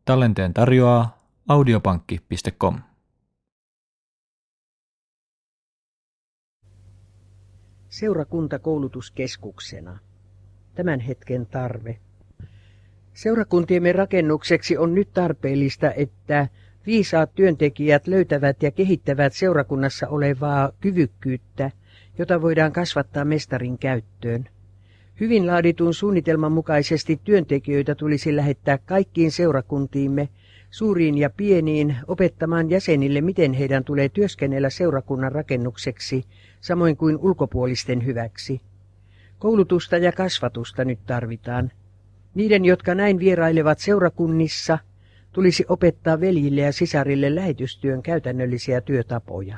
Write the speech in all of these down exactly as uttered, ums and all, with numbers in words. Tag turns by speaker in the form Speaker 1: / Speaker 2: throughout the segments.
Speaker 1: Tallenteen tarjoaa audiopankki piste com.
Speaker 2: Seurakuntakoulutuskeskuksena. Tämän hetken tarve. Seurakuntiemme rakennukseksi on nyt tarpeellista, että viisaat työntekijät löytävät ja kehittävät seurakunnassa olevaa kyvykkyyttä, jota voidaan kasvattaa mestarin käyttöön. Hyvin laaditun suunnitelman mukaisesti työntekijöitä tulisi lähettää kaikkiin seurakuntiimme, suuriin ja pieniin, opettamaan jäsenille, miten heidän tulee työskennellä seurakunnan rakennukseksi, samoin kuin ulkopuolisten hyväksi. Koulutusta ja kasvatusta nyt tarvitaan. Niiden, jotka näin vierailevat seurakunnissa, tulisi opettaa veljille ja sisarille lähetystyön käytännöllisiä työtapoja.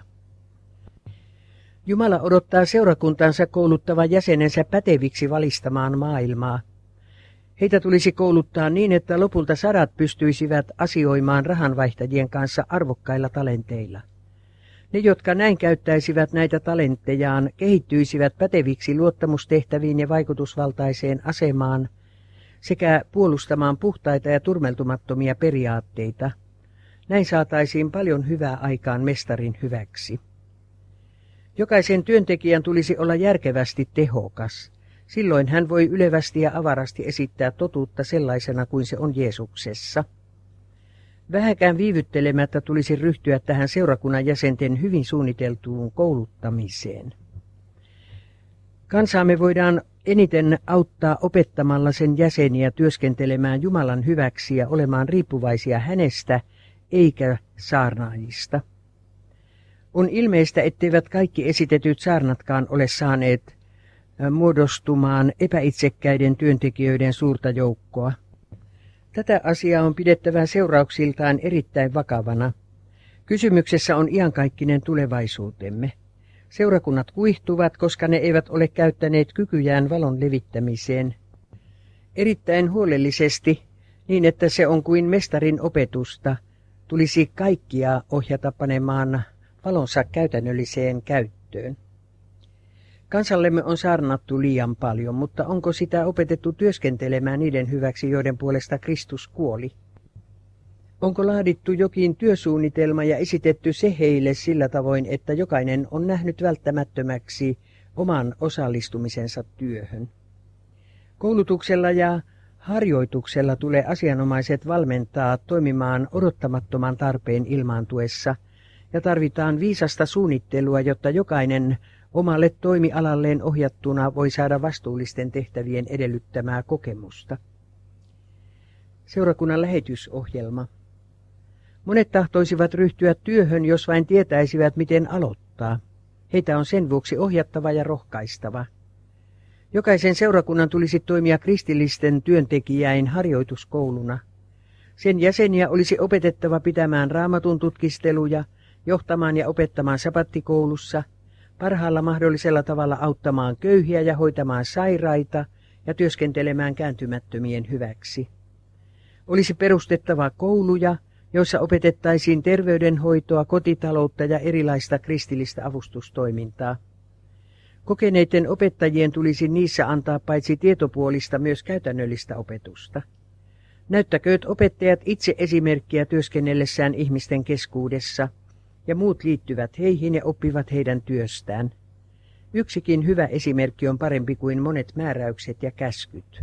Speaker 2: Jumala odottaa seurakuntansa kouluttavan jäsenensä päteviksi valistamaan maailmaa. Heitä tulisi kouluttaa niin, että lopulta sadat pystyisivät asioimaan rahanvaihtajien kanssa arvokkailla talenteilla. Ne, jotka näin käyttäisivät näitä talenttejaan, kehittyisivät päteviksi luottamustehtäviin ja vaikutusvaltaiseen asemaan sekä puolustamaan puhtaita ja turmeltumattomia periaatteita. Näin saataisiin paljon hyvää aikaan mestarin hyväksi. Jokaisen työntekijän tulisi olla järkevästi tehokas. Silloin hän voi ylevästi ja avarasti esittää totuutta sellaisena kuin se on Jeesuksessa. Vähäkään viivyttelemättä tulisi ryhtyä tähän seurakunnan jäsenten hyvin suunniteltuun kouluttamiseen. Kansaamme voidaan eniten auttaa opettamalla sen jäseniä työskentelemään Jumalan hyväksi ja olemaan riippuvaisia hänestä eikä saarnaajista. On ilmeistä, etteivät kaikki esitetyt saarnatkaan ole saaneet muodostumaan epäitsekkäiden työntekijöiden suurta joukkoa. Tätä asiaa on pidettävä seurauksiltaan erittäin vakavana. Kysymyksessä on iankaikkinen tulevaisuutemme. Seurakunnat kuihtuvat, koska ne eivät ole käyttäneet kykyjään valon levittämiseen. Erittäin huolellisesti, niin että se on kuin mestarin opetusta, tulisi kaikkia ohjata panemaan valonsa käytännölliseen käyttöön. Kansallemme on saarnattu liian paljon, mutta onko sitä opetettu työskentelemään niiden hyväksi, joiden puolesta Kristus kuoli? Onko laadittu jokin työsuunnitelma ja esitetty se heille sillä tavoin, että jokainen on nähnyt välttämättömäksi oman osallistumisensa työhön? Koulutuksella ja harjoituksella tulee asianomaiset valmentaa toimimaan odottamattoman tarpeen ilmaantuessa, ja tarvitaan viisasta suunnittelua, jotta jokainen omalle toimialalleen ohjattuna voi saada vastuullisten tehtävien edellyttämää kokemusta. Seurakunnan lähetysohjelma. Monet tahtoisivat ryhtyä työhön, jos vain tietäisivät, miten aloittaa. Heitä on sen vuoksi ohjattava ja rohkaistava. Jokaisen seurakunnan tulisi toimia kristillisten työntekijäin harjoituskouluna. Sen jäseniä olisi opetettava pitämään raamatun tutkisteluja, johtamaan ja opettamaan sabattikoulussa, parhaalla mahdollisella tavalla auttamaan köyhiä ja hoitamaan sairaita ja työskentelemään kääntymättömien hyväksi. Olisi perustettava kouluja, joissa opetettaisiin terveydenhoitoa, kotitaloutta ja erilaista kristillistä avustustoimintaa. Kokeneiden opettajien tulisi niissä antaa paitsi tietopuolista myös käytännöllistä opetusta. Näyttäkööt opettajat itse esimerkkiä työskennellessään ihmisten keskuudessa, ja muut liittyvät heihin ja oppivat heidän työstään. Yksikin hyvä esimerkki on parempi kuin monet määräykset ja käskyt.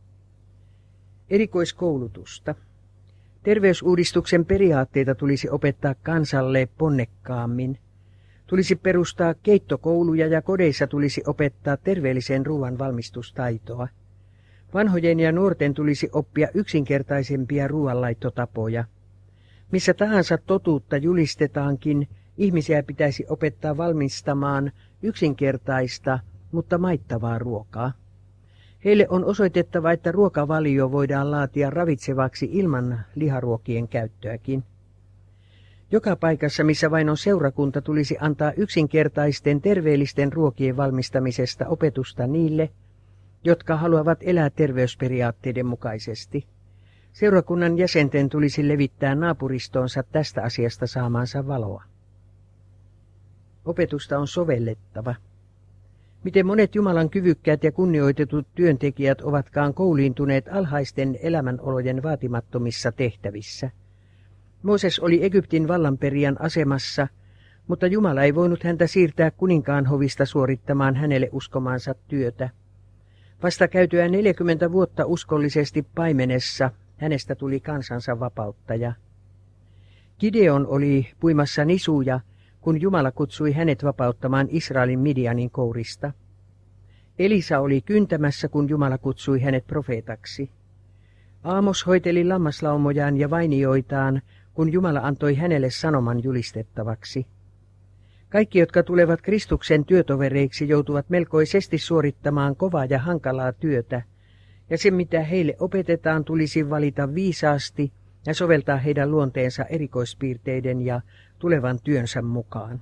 Speaker 2: Erikoiskoulutusta. Terveysuudistuksen periaatteita tulisi opettaa kansalle ponnekkaammin. Tulisi perustaa keittokouluja ja kodeissa tulisi opettaa terveellisen ruoan valmistustaitoa. Vanhojen ja nuorten tulisi oppia yksinkertaisempia ruoanlaittotapoja. Missä tahansa totuutta julistetaankin, ihmisiä pitäisi opettaa valmistamaan yksinkertaista, mutta maittavaa ruokaa. Heille on osoitettava, että ruokavalio voidaan laatia ravitsevaksi ilman liharuokien käyttöäkin. Joka paikassa, missä vain on seurakunta, tulisi antaa yksinkertaisten terveellisten ruokien valmistamisesta opetusta niille, jotka haluavat elää terveysperiaatteiden mukaisesti. Seurakunnan jäsenten tulisi levittää naapuristonsa tästä asiasta saamaansa valoa. Opetusta on sovellettava. Miten monet Jumalan kyvykkäät ja kunnioitetut työntekijät ovatkaan kouliintuneet alhaisten elämänolojen vaatimattomissa tehtävissä. Mooses oli Egyptin vallanperijän asemassa, mutta Jumala ei voinut häntä siirtää kuninkaan hovista suorittamaan hänelle uskomaansa työtä. Vasta käytyään neljäkymmentä vuotta uskollisesti paimenessa hänestä tuli kansansa vapauttaja. Gideon oli puimassa nisuja, kun Jumala kutsui hänet vapauttamaan Israelin Midianin kourista. Elisa oli kyntämässä, kun Jumala kutsui hänet profeetaksi. Aamos hoiteli lammaslaumojaan ja vainioitaan, kun Jumala antoi hänelle sanoman julistettavaksi. Kaikki, jotka tulevat Kristuksen työtovereiksi, joutuvat melkoisesti suorittamaan kovaa ja hankalaa työtä, ja se, mitä heille opetetaan, tulisi valita viisaasti ja soveltaa heidän luonteensa erikoispiirteiden ja tulevan työnsä mukaan.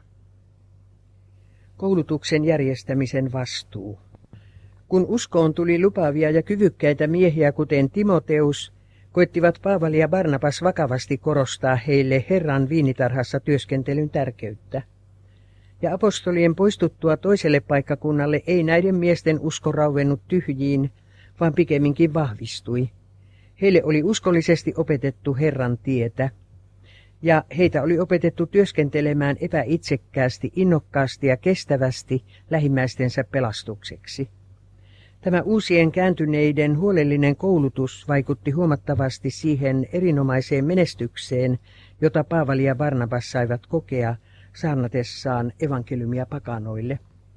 Speaker 2: Koulutuksen järjestämisen vastuu. Kun uskoon tuli lupaavia ja kyvykkäitä miehiä, kuten Timoteus, koettivat Paavali ja Barnabas vakavasti korostaa heille Herran viinitarhassa työskentelyn tärkeyttä. Ja apostolien poistuttua toiselle paikkakunnalle ei näiden miesten usko rauennut tyhjiin, vaan pikemminkin vahvistui. Heille oli uskollisesti opetettu Herran tietä, ja heitä oli opetettu työskentelemään epäitsekkäästi, innokkaasti ja kestävästi lähimmäistensä pelastukseksi. Tämä uusien kääntyneiden huolellinen koulutus vaikutti huomattavasti siihen erinomaiseen menestykseen, jota Paavali ja Barnabas saivat kokea saarnatessaan evankeliumia pakanoille.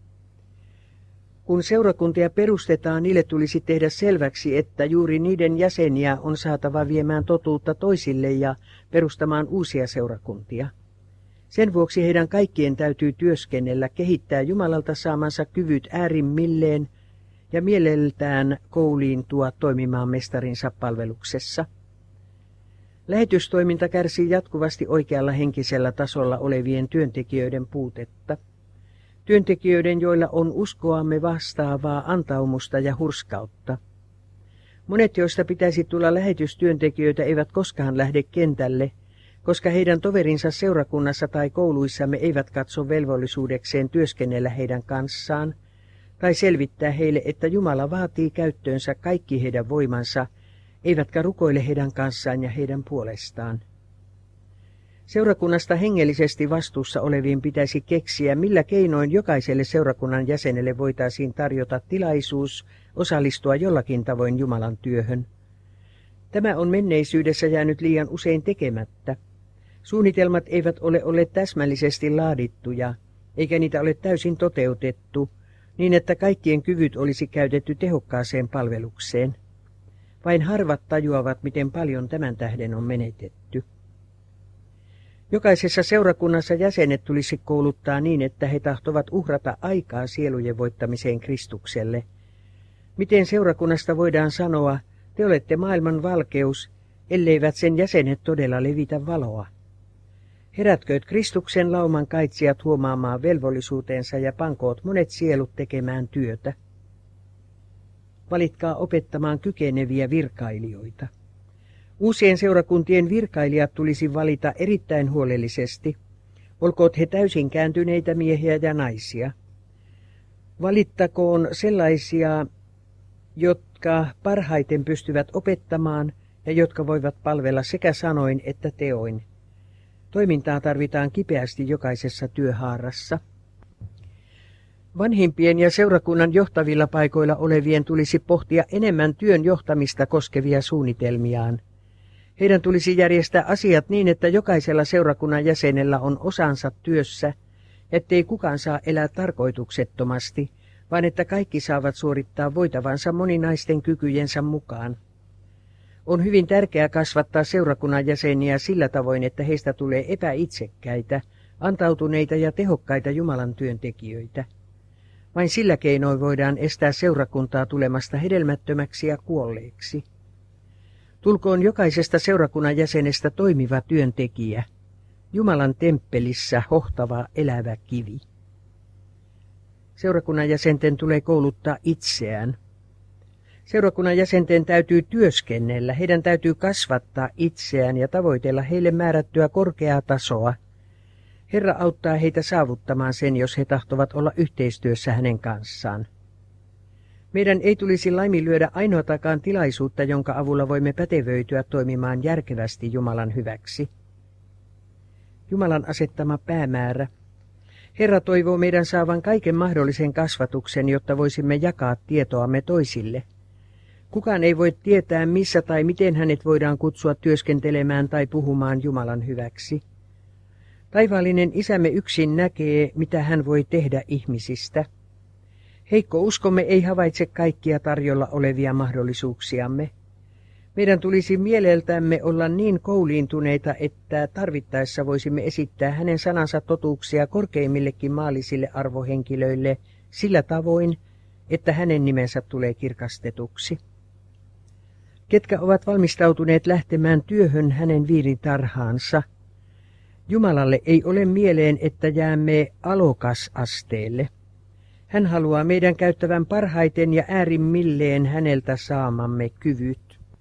Speaker 2: Kun seurakuntia perustetaan, niille tulisi tehdä selväksi, että juuri niiden jäseniä on saatava viemään totuutta toisille ja perustamaan uusia seurakuntia. Sen vuoksi heidän kaikkien täytyy työskennellä, kehittää Jumalalta saamansa kyvyt äärimmilleen ja mieleltään kouliintua toimimaan mestarinsa palveluksessa. Lähetystoiminta kärsii jatkuvasti oikealla henkisellä tasolla olevien työntekijöiden puutetta. Työntekijöiden, joilla on uskoamme vastaavaa antaumusta ja hurskautta. Monet, joista pitäisi tulla lähetystyöntekijöitä, eivät koskaan lähde kentälle, koska heidän toverinsa seurakunnassa tai kouluissamme eivät katso velvollisuudekseen työskennellä heidän kanssaan, tai selvittää heille, että Jumala vaatii käyttöönsä kaikki heidän voimansa, eivätkä rukoile heidän kanssaan ja heidän puolestaan. Seurakunnasta hengellisesti vastuussa olevien pitäisi keksiä, millä keinoin jokaiselle seurakunnan jäsenelle voitaisiin tarjota tilaisuus osallistua jollakin tavoin Jumalan työhön. Tämä on menneisyydessä jäänyt liian usein tekemättä. Suunnitelmat eivät ole olleet täsmällisesti laadittuja, eikä niitä ole täysin toteutettu, niin että kaikkien kyvyt olisi käytetty tehokkaaseen palvelukseen. Vain harvat tajuavat, miten paljon tämän tähden on menetetty. Jokaisessa seurakunnassa jäsenet tulisi kouluttaa niin, että he tahtovat uhrata aikaa sielujen voittamiseen Kristukselle. Miten seurakunnasta voidaan sanoa, te olette maailman valkeus, elleivät sen jäsenet todella levitä valoa? Herätkööt Kristuksen lauman kaitsijat huomaamaan velvollisuutensa ja pankoot monet sielut tekemään työtä. Valitkaa opettamaan kykeneviä virkailijoita. Uusien seurakuntien virkailijat tulisi valita erittäin huolellisesti. Olkoot he täysin kääntyneitä miehiä ja naisia. Valittakoon sellaisia, jotka parhaiten pystyvät opettamaan ja jotka voivat palvella sekä sanoin että teoin. Toimintaa tarvitaan kipeästi jokaisessa työhaarassa. Vanhimpien ja seurakunnan johtavilla paikoilla olevien tulisi pohtia enemmän työn johtamista koskevia suunnitelmiaan. Heidän tulisi järjestää asiat niin, että jokaisella seurakunnan jäsenellä on osansa työssä, ettei kukaan saa elää tarkoituksettomasti, vaan että kaikki saavat suorittaa voitavansa moninaisten kykyjensä mukaan. On hyvin tärkeää kasvattaa seurakunnan jäseniä sillä tavoin, että heistä tulee epäitsekkäitä, antautuneita ja tehokkaita Jumalan työntekijöitä. Vain sillä keinoin voidaan estää seurakuntaa tulemasta hedelmättömäksi ja kuolleeksi. Tulkoon jokaisesta seurakunnan jäsenestä toimiva työntekijä, Jumalan temppelissä hohtava elävä kivi. Seurakunnan jäsenten tulee kouluttaa itseään. Seurakunnan jäsenten täytyy työskennellä, heidän täytyy kasvattaa itseään ja tavoitella heille määrättyä korkeaa tasoa. Herra auttaa heitä saavuttamaan sen, jos he tahtovat olla yhteistyössä hänen kanssaan. Meidän ei tulisi laiminlyödä ainoatakaan tilaisuutta, jonka avulla voimme pätevöityä toimimaan järkevästi Jumalan hyväksi. Jumalan asettama päämäärä. Herra toivoo meidän saavan kaiken mahdollisen kasvatuksen, jotta voisimme jakaa tietoamme toisille. Kukaan ei voi tietää, missä tai miten hänet voidaan kutsua työskentelemään tai puhumaan Jumalan hyväksi. Taivaallinen Isämme yksin näkee, mitä hän voi tehdä ihmisistä. Heikko uskomme ei havaitse kaikkia tarjolla olevia mahdollisuuksiamme. Meidän tulisi mieleltämme olla niin kouliintuneita, että tarvittaessa voisimme esittää hänen sanansa totuuksia korkeimmillekin maallisille arvohenkilöille sillä tavoin, että hänen nimensä tulee kirkastetuksi. Ketkä ovat valmistautuneet lähtemään työhön hänen viiritarhaansa? Jumalalle ei ole mieleen, että jäämme alokasasteelle. Hän haluaa meidän käyttävän parhaiten ja äärimmilleen häneltä saamamme kyvyt.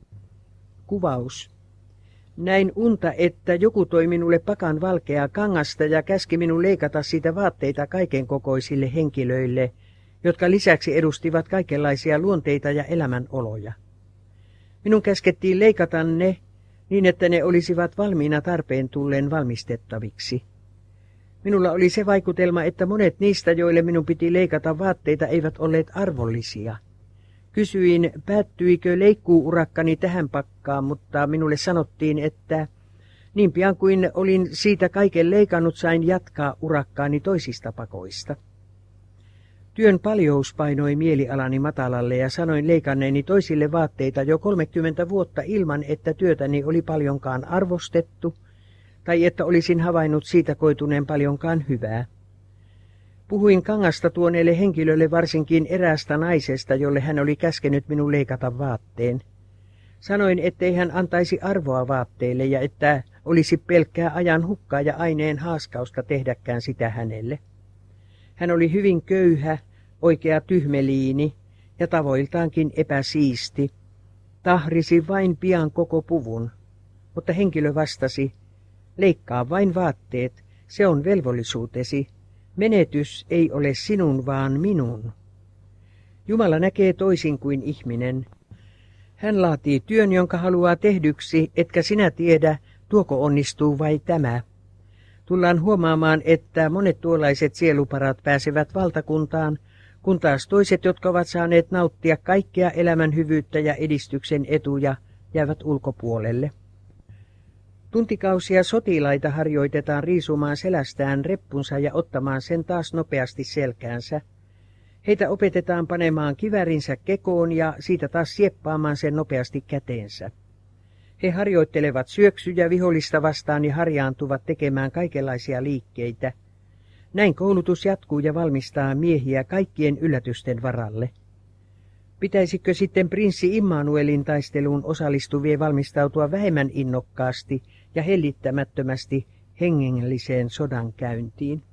Speaker 2: Kuvaus. Näin unta, että joku toi minulle pakan valkeaa kangasta ja käski minun leikata siitä vaatteita kaiken kokoisille henkilöille, jotka lisäksi edustivat kaikenlaisia luonteita ja elämänoloja. Minun käskettiin leikata ne niin, että ne olisivat valmiina tarpeen tulleen valmistettaviksi. Minulla oli se vaikutelma, että monet niistä, joille minun piti leikata vaatteita, eivät olleet arvollisia. Kysyin, päättyikö leikkuurakkani tähän pakkaan, mutta minulle sanottiin, että niin pian kuin olin siitä kaiken leikannut, sain jatkaa urakkaani toisista pakoista. Työn paljous painoi mielialani matalalle ja sanoin leikanneeni toisille vaatteita jo kolmekymmentä vuotta ilman, että työtäni oli paljonkaan arvostettu tai että olisin havainnut siitä koituneen paljonkaan hyvää. Puhuin kangasta tuoneelle henkilölle varsinkin eräästä naisesta, jolle hän oli käskenyt minun leikata vaatteen. Sanoin, ettei hän antaisi arvoa vaatteille ja että olisi pelkkää ajan hukkaa ja aineen haaskausta tehdäkään sitä hänelle. Hän oli hyvin köyhä, oikea tyhmeliini ja tavoiltaankin epäsiisti. Tahrisi vain pian koko puvun, mutta henkilö vastasi, leikkaa vain vaatteet, se on velvollisuutesi. Menetys ei ole sinun, vaan minun. Jumala näkee toisin kuin ihminen. Hän laatii työn, jonka haluaa tehdyksi, etkä sinä tiedä, tuoko onnistuu vai tämä. Tullaan huomaamaan, että monet tuollaiset sieluparat pääsevät valtakuntaan, kun taas toiset, jotka ovat saaneet nauttia kaikkea elämän hyvyyttä ja edistyksen etuja, jäävät ulkopuolelle. Tuntikausia sotilaita harjoitetaan riisumaan selästään reppunsa ja ottamaan sen taas nopeasti selkäänsä. Heitä opetetaan panemaan kivärinsä kekoon ja siitä taas sieppaamaan sen nopeasti käteensä. He harjoittelevat syöksyjä vihollista vastaan ja harjaantuvat tekemään kaikenlaisia liikkeitä. Näin koulutus jatkuu ja valmistaa miehiä kaikkien yllätysten varalle. Pitäisikö sitten prinssi Immanuelin taisteluun osallistuvien valmistautua vähemmän innokkaasti ja hellittämättömästi hengelliseen sodankäyntiin?